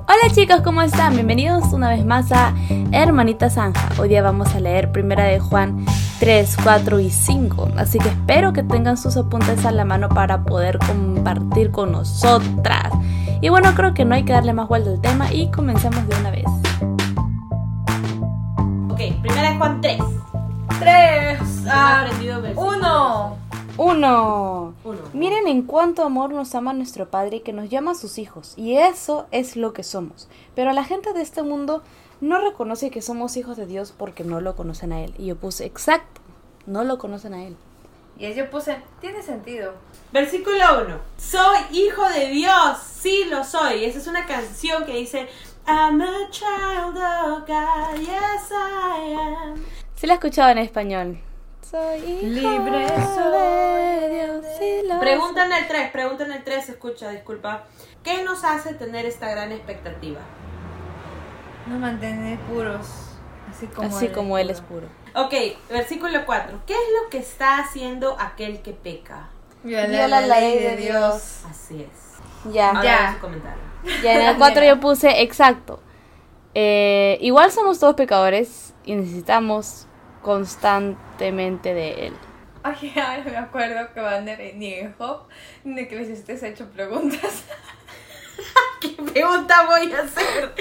Hola chicos, ¿cómo están? Bienvenidos una vez más a Hermanita Zanja. Hoy día vamos a leer Primera de Juan 3, 4 y 5. Así que espero que tengan sus apuntes a la mano para poder compartir con nosotras. Y bueno, creo que no hay que darle más vuelta al tema y comencemos de una vez. Ok, Primera de Juan 3. 1. Miren en cuánto amor nos ama nuestro Padre, que nos llama a sus hijos, y eso es lo que somos. Pero la gente de este mundo no reconoce que somos hijos de Dios porque no lo conocen a Él. Y yo puse, exacto, no lo conocen a Él. Y yo puse, tiene sentido. Versículo 1. Soy hijo de Dios, sí lo soy. Esa es una canción que dice I'm a child of God, yes I am. Sí la he escuchado en español. Soy hijo Libre de Dios, sí lo Pregunta en el 3, se escucha, disculpa. ¿Qué nos hace tener esta gran expectativa? Nos mantener puros, así como Él es puro. Ok, versículo 4. ¿Qué es lo que está haciendo aquel que peca? Viola la ley de Dios. Así es. Ya. Ahora Ya. su comentario. Ya en el 4 yo puse exacto. Igual somos todos pecadores y necesitamos constantemente de Él. Ay, ahora me acuerdo que Vander ni en Job ni que les estés hecho preguntas. ¿Qué pregunta voy a hacer?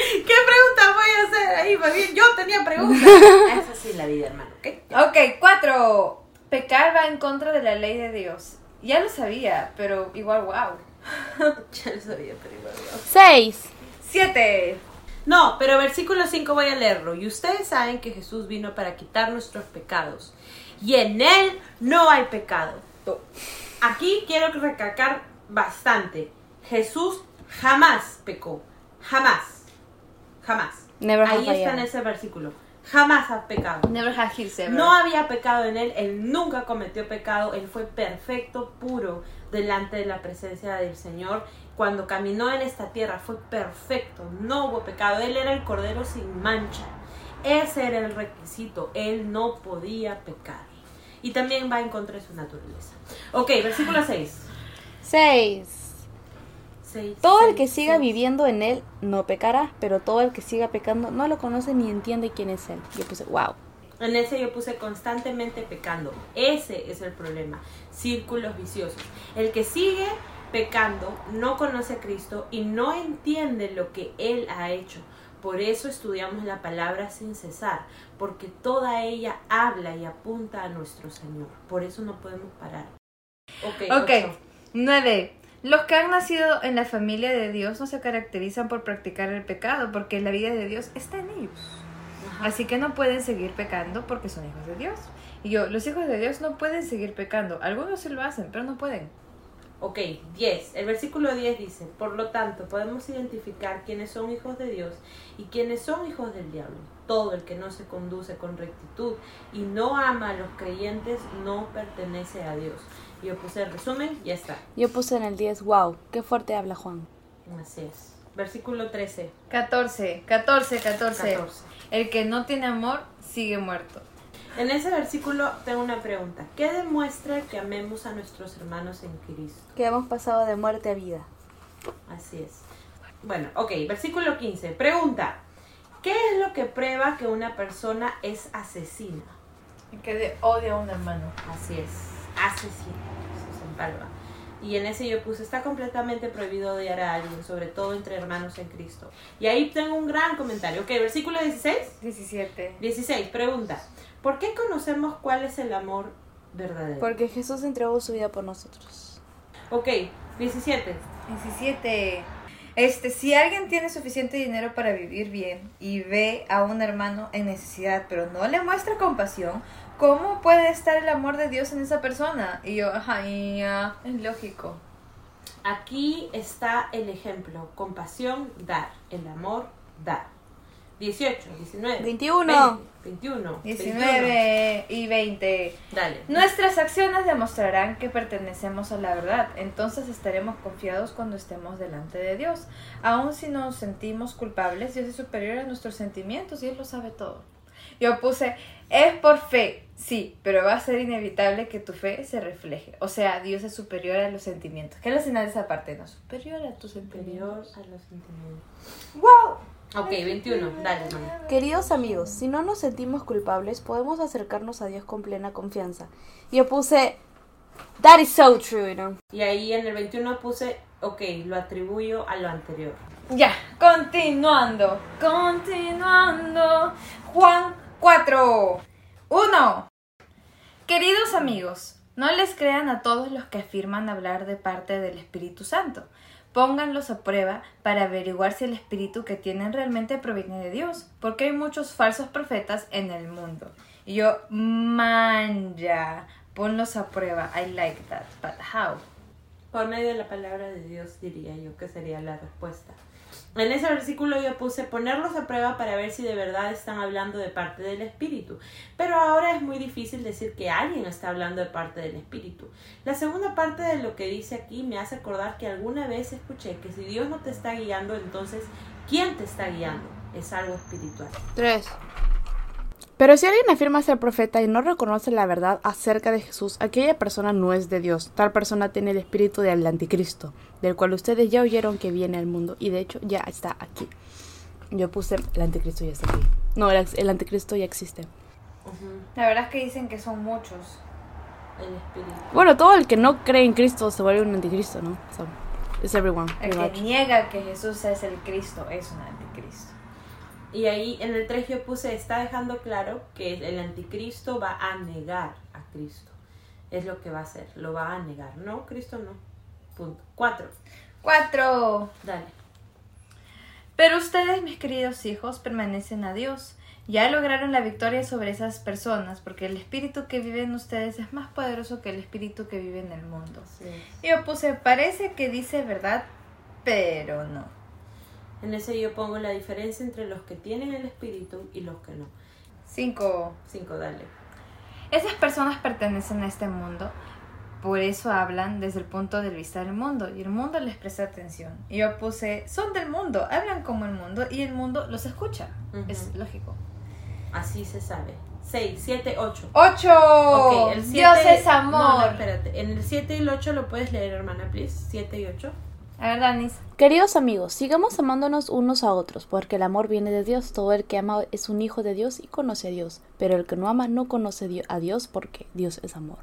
Ahí, más bien, yo tenía preguntas. Es así la vida, hermano, ¿ok? Ok, 4. Pecar va en contra de la ley de Dios. Ya lo sabía, pero igual wow. Ya lo sabía, pero igual. 6. 7. No, pero versículo 5 voy a leerlo. Y ustedes saben que Jesús vino para quitar nuestros pecados. Y en Él no hay pecado. Aquí quiero recalcar bastante. Jesús jamás pecó. Jamás. Never have Ahí I está en ever. ese versículo. Jamás ha pecado. Never had his ever. No había pecado en él nunca cometió pecado, él fue perfecto, puro, delante de la presencia del Señor. Cuando caminó en esta tierra fue perfecto, no hubo pecado, él era el cordero sin mancha. Ese era el requisito, él no podía pecar. Y también va en contra de su naturaleza. Ok, versículo 6. 6. Todo el que siga viviendo en Él no pecará, pero todo el que siga pecando no lo conoce ni entiende quién es Él. Yo puse, wow. En ese yo puse constantemente pecando. Ese es el problema. Círculos viciosos. El que sigue pecando no conoce a Cristo y no entiende lo que Él ha hecho. Por eso estudiamos la palabra sin cesar, porque toda ella habla y apunta a nuestro Señor. Por eso no podemos parar. Ok. 9. Los que han nacido en la familia de Dios no se caracterizan por practicar el pecado, porque la vida de Dios está en ellos. Ajá. Así que no pueden seguir pecando porque son hijos de Dios. Y los hijos de Dios no pueden seguir pecando. Algunos sí lo hacen, pero no pueden. Ok, 10. El versículo 10 dice, por lo tanto, podemos identificar quiénes son hijos de Dios y quiénes son hijos del diablo. Todo el que no se conduce con rectitud y no ama a los creyentes no pertenece a Dios. Yo puse el resumen, ya está. Yo puse en el 10, wow, qué fuerte habla Juan. Así es. Versículo 13. 14. El que no tiene amor sigue muerto. En ese versículo tengo una pregunta. ¿Qué demuestra que amemos a nuestros hermanos en Cristo? Que hemos pasado de muerte a vida. Así es. Bueno, ok, versículo 15. Pregunta. ¿Qué es lo que prueba que una persona es asesina? Que odia a un hermano. Así es, asesina. Eso se empalma. Y en ese yo puse, está completamente prohibido odiar a alguien, sobre todo entre hermanos en Cristo. Y ahí tengo un gran comentario. Ok, versículo 16. 17. 16, pregunta. ¿Por qué conocemos cuál es el amor verdadero? Porque Jesús entregó su vida por nosotros. Ok, 17. 17. Si alguien tiene suficiente dinero para vivir bien y ve a un hermano en necesidad, pero no le muestra compasión, ¿cómo puede estar el amor de Dios en esa persona? Y yo, es lógico. Aquí está el ejemplo. Compasión, dar. El amor, dar. 18, 19, 21. 21. 19 y 20. Dale. Nuestras acciones demostrarán que pertenecemos a la verdad. Entonces estaremos confiados cuando estemos delante de Dios. Aun si nos sentimos culpables, Dios es superior a nuestros sentimientos y Él lo sabe todo. Yo puse, Es por fe, sí, pero va a ser inevitable que tu fe se refleje. O sea, Dios es superior a los sentimientos. ¿Qué es al final de esa parte? No, superior a tus Superior sentimientos. a los sentimientos. ¡Wow! Ok, 21. Dale, hermana. Queridos amigos, si no nos sentimos culpables, podemos acercarnos a Dios con plena confianza. Yo puse, that is so true, Y ahí en el 21 puse, ok, lo atribuyo a lo anterior. Ya, continuando. Juan 4. 1. Queridos amigos, no les crean a todos los que afirman hablar de parte del Espíritu Santo. Pónganlos a prueba para averiguar si el espíritu que tienen realmente proviene de Dios, porque hay muchos falsos profetas en el mundo. Y yo, ya, ponlos a prueba. I like that, but how? Por medio de la palabra de Dios, diría yo que sería la respuesta. En ese versículo yo puse ponerlos a prueba para ver si de verdad están hablando de parte del Espíritu. Pero ahora es muy difícil decir que alguien está hablando de parte del Espíritu. La segunda parte de lo que dice aquí me hace acordar que alguna vez escuché que si Dios no te está guiando, entonces ¿quién te está guiando? Es algo espiritual. 3. Pero si alguien afirma ser profeta y no reconoce la verdad acerca de Jesús, aquella persona no es de Dios. Tal persona tiene el espíritu del anticristo, del cual ustedes ya oyeron que viene al mundo y de hecho ya está aquí. Yo puse el anticristo ya está aquí. No, el anticristo ya existe. La verdad es que dicen que son muchos. El Espíritu. Bueno, todo el que no cree en Cristo se vuelve un anticristo, ¿no? So, it's everyone. El pretty que much. niega que Jesús es el Cristo es un anticristo. Y ahí en el 3 yo puse, está dejando claro que el anticristo va a negar a Cristo. Es lo que va a hacer, lo va a negar. No, Cristo no. Punto. 4. 4. Dale. Pero ustedes, mis queridos hijos, permanecen a Dios. Ya lograron la victoria sobre esas personas, porque el espíritu que vive en ustedes es más poderoso que el espíritu que vive en el mundo. Así es. Yo puse, parece que dice verdad, pero no. En ese yo pongo la diferencia entre los que tienen el Espíritu y los que no. 5. 5, dale. Esas personas pertenecen a este mundo, por eso hablan desde el punto de vista del mundo, y el mundo les presta atención. Y yo puse, son del mundo, hablan como el mundo, y el mundo los escucha. Ujú. Es lógico. Así se sabe. 6, 7, 8. 8. Ok, el 7... Dios es amor. No, espérate. En el 7 y el 8 lo puedes leer, hermana, please. 7 y 8. A ver, Danis. Queridos amigos, sigamos amándonos unos a otros, porque el amor viene de Dios. Todo el que ama es un hijo de Dios y conoce a Dios, pero el que no ama no conoce a Dios porque Dios es amor.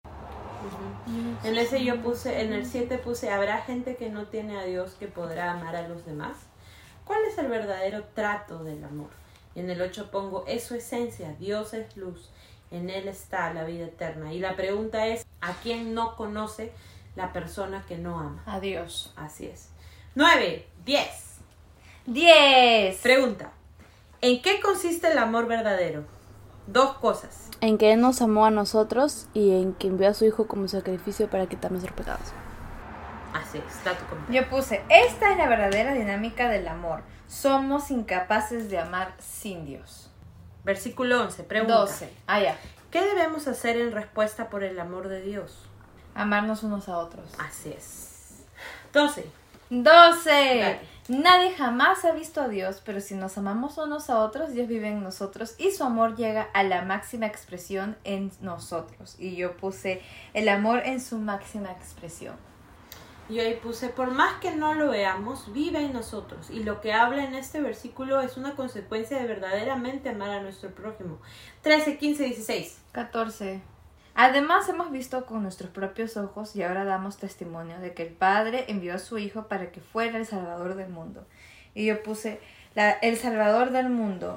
En ese yo puse, en el 7 puse, ¿habrá gente que no tiene a Dios que podrá amar a los demás? ¿Cuál es el verdadero trato del amor? Y en el 8 pongo, es su esencia, Dios es luz, en Él está la vida eterna. Y la pregunta es, ¿a quién no conoce la persona que no ama? Adiós. Así es. 9, 10. 10. Pregunta, ¿en qué consiste el amor verdadero? 2 cosas. En que Él nos amó a nosotros y en que envió a su Hijo como sacrificio para quitar nuestros pecados. Así es, dato completo. Yo puse, esta es la verdadera dinámica del amor. Somos incapaces de amar sin Dios. Versículo 11, pregunta. 12. Ah, ya. ¿Qué debemos hacer en respuesta por el amor de Dios? Amarnos unos a otros. Así es. 12. 12. Dale. Nadie jamás ha visto a Dios, pero si nos amamos unos a otros, Dios vive en nosotros y su amor llega a la máxima expresión en nosotros. Y yo puse el amor en su máxima expresión. Y ahí puse, por más que no lo veamos, vive en nosotros. Y lo que habla en este versículo es una consecuencia de verdaderamente amar a nuestro prójimo. 13, 15, 16. 14. Además hemos visto con nuestros propios ojos y ahora damos testimonio de que el Padre envió a su Hijo para que fuera el Salvador del mundo. Y yo puse el Salvador del mundo.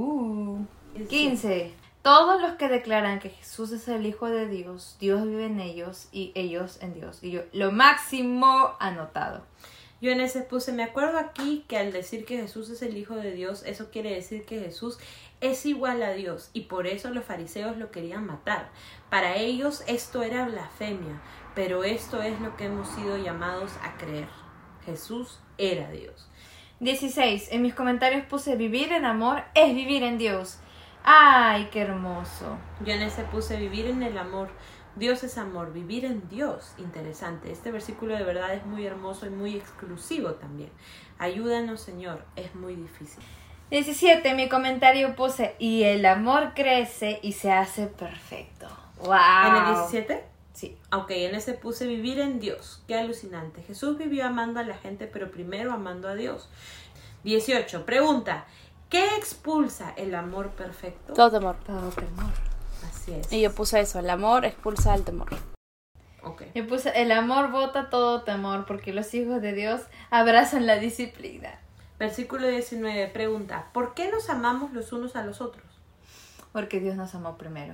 15. Todos los que declaran que Jesús es el Hijo de Dios, Dios vive en ellos y ellos en Dios. Y yo, lo máximo anotado. Yo en ese puse, me acuerdo aquí que al decir que Jesús es el Hijo de Dios, eso quiere decir que Jesús es igual a Dios y por eso los fariseos lo querían matar. Para ellos esto era blasfemia, pero esto es lo que hemos sido llamados a creer. Jesús era Dios. 16. En mis comentarios puse vivir en amor es vivir en Dios. ¡Ay, qué hermoso! Yo en ese puse vivir en el amor. Dios es amor, vivir en Dios. Interesante. Este versículo de verdad es muy hermoso y muy exclusivo también. Ayúdanos, Señor. Es muy difícil. 17, mi comentario puse, y el amor crece y se hace perfecto. ¡Wow! ¿En el 17? Sí. Ok, en ese puse vivir en Dios. Qué alucinante. Jesús vivió amando a la gente, pero primero amando a Dios. 18, pregunta. ¿Qué expulsa el amor perfecto? Todo temor. Todo temor. Así es. Y yo puse eso, el amor expulsa el temor. Ok. Yo puse, el amor bota todo temor, porque los hijos de Dios abrazan la disciplina. Versículo 19, pregunta. ¿Por qué nos amamos los unos a los otros? Porque Dios nos amó primero.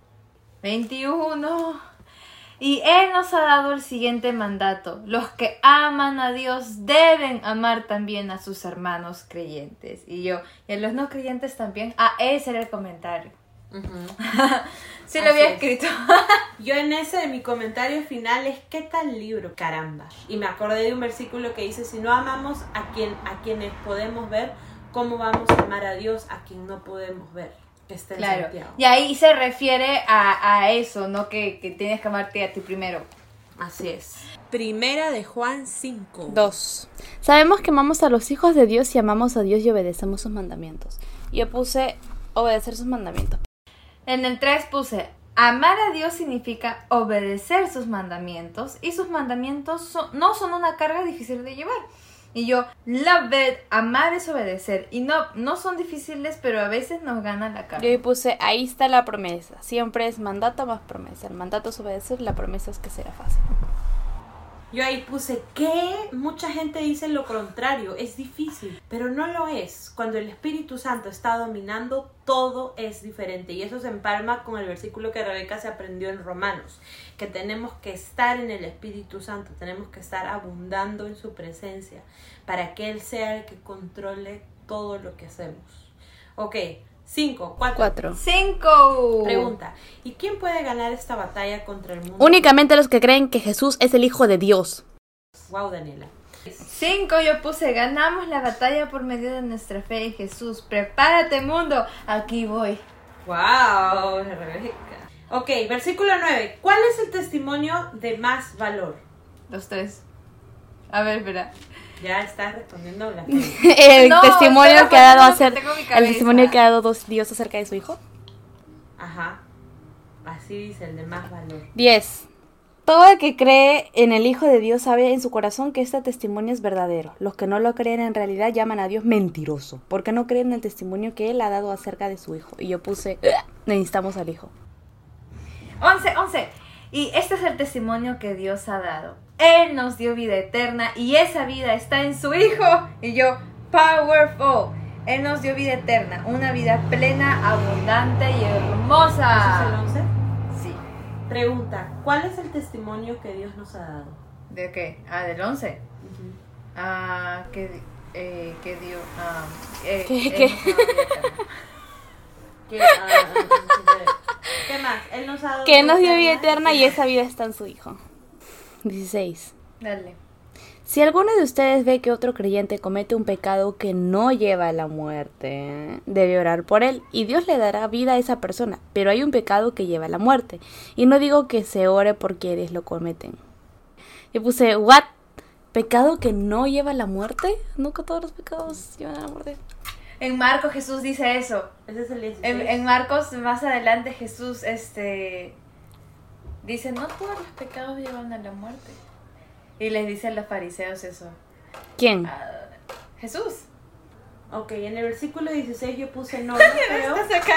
21. Y Él nos ha dado el siguiente mandato. Los que aman a Dios deben amar también a sus hermanos creyentes. Y a los no creyentes también. Ese era el comentario. Sí lo Así había es. escrito. Yo en ese de mi comentario final es ¿qué tal libro? Caramba. Y me acordé de un versículo que dice, si no amamos a quienes podemos ver, ¿cómo vamos a amar a Dios a quien no podemos ver? Que está en Claro. Santiago. Y ahí se refiere a eso, ¿no? Que tienes que amarte a ti primero. Así es. Primera de Juan 5. 2. Sabemos que amamos a los hijos de Dios y amamos a Dios y obedecemos sus mandamientos. Yo puse obedecer sus mandamientos. En el 3 puse, amar a Dios significa obedecer sus mandamientos, y sus mandamientos no son una carga difícil de llevar. Y yo, love it, amar es obedecer, y no son difíciles, pero a veces nos gana la carga. Yo puse, ahí está la promesa. Siempre es mandato más promesa. El mandato es obedecer, la promesa es que será fácil. Yo ahí puse que mucha gente dice lo contrario, es difícil, pero no lo es. Cuando el Espíritu Santo está dominando, todo es diferente. Y eso se empalma con el versículo que Rebeca se aprendió en Romanos, que tenemos que estar en el Espíritu Santo, tenemos que estar abundando en su presencia para que Él sea el que controle todo lo que hacemos. Ok, 4. 5. Pregunta, ¿y quién puede ganar esta batalla contra el mundo? Únicamente los que creen que Jesús es el Hijo de Dios. Wow, Daniela. 5, yo puse, ganamos la batalla por medio de nuestra fe en Jesús. Prepárate, mundo, aquí voy. Wow, Rebeca. Ok, versículo 9. ¿Cuál es el testimonio de más valor? Los 3. A ver, espera. Ya estás respondiendo la El No, testimonio espera, que ha dado porque hacer, tengo mi el cabeza. testimonio que ha dado Dios acerca de su Hijo. Ajá. Así dice, el de más valor. 10. Todo el que cree en el Hijo de Dios sabe en su corazón que este testimonio es verdadero. Los que no lo creen en realidad llaman a Dios mentiroso, porque no creen en el testimonio que Él ha dado acerca de su Hijo. Y yo puse, necesitamos al Hijo. 11. Y este es el testimonio que Dios ha dado. Él nos dio vida eterna y esa vida está en su Hijo. Y yo, powerful. Él nos dio vida eterna, una vida plena, abundante y hermosa. ¿Ese es el 11? Sí. Pregunta, ¿cuál es el testimonio que Dios nos ha dado? ¿De qué? Del 11. Que dio... ¿Qué? ¿Qué más? Él nos ha dado Que Él nos dio vida eterna y esa vida está en su Hijo. 16. Dale. Si alguno de ustedes ve que otro creyente comete un pecado que no lleva a la muerte, debe orar por él y Dios le dará vida a esa persona. Pero hay un pecado que lleva a la muerte. Y no digo que se ore por quienes lo cometen. Yo puse, ¿what? ¿Pecado que no lleva a la muerte? Nunca todos los pecados llevan a la muerte. En Marcos Jesús dice eso. Ese es el 16. En Marcos, más adelante, Jesús dice, no todos los pecados llevan a la muerte. Y les dice a los fariseos eso. ¿Quién? Jesús. Ok, en el versículo 16 yo puse no creo.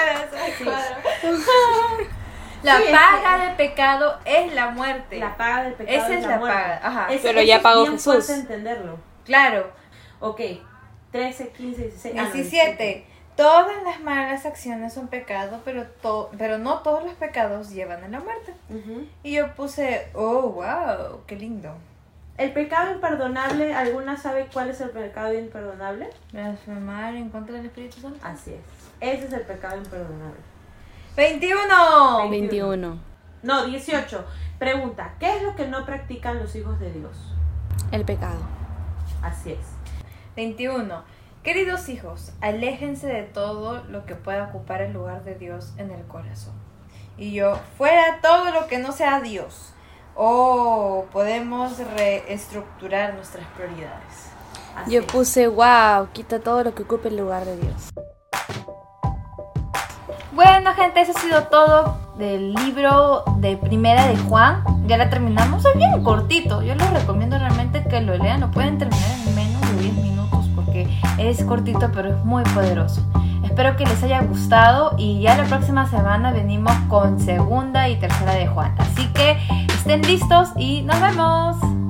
La Sí, paga del pecado es la muerte. La paga del pecado Esa es la muerte. paga. Ajá. Pero ya pagó bien Jesús. fuerte entenderlo. Claro. Ok, 13, 15, 16. 17. Todas las malas acciones son pecado, pero no todos los pecados llevan a la muerte. Ujú. Y yo puse, oh, wow, qué lindo. El pecado imperdonable, ¿alguna sabe cuál es el pecado imperdonable? Blasfemar en contra del Espíritu Santo. Así es. Ese es el pecado imperdonable. 21. 21. No, 18. Pregunta, ¿qué es lo que no practican los hijos de Dios? El pecado. Así es. 21. Queridos hijos, aléjense de todo lo que pueda ocupar el lugar de Dios en el corazón. Y yo, fuera todo lo que no sea Dios. Podemos reestructurar nuestras prioridades. Así Yo es. puse, wow, quita todo lo que ocupe el lugar de Dios. Bueno, gente, eso ha sido todo del libro de Primera de Juan. Ya la terminamos, es bien cortito. Yo les recomiendo realmente que lo lean. Lo pueden terminar en menos de 10 minutos porque es cortito, pero es muy poderoso. Espero que les haya gustado y ya la próxima semana venimos con segunda y tercera de Juan. Así que estén listos y nos vemos.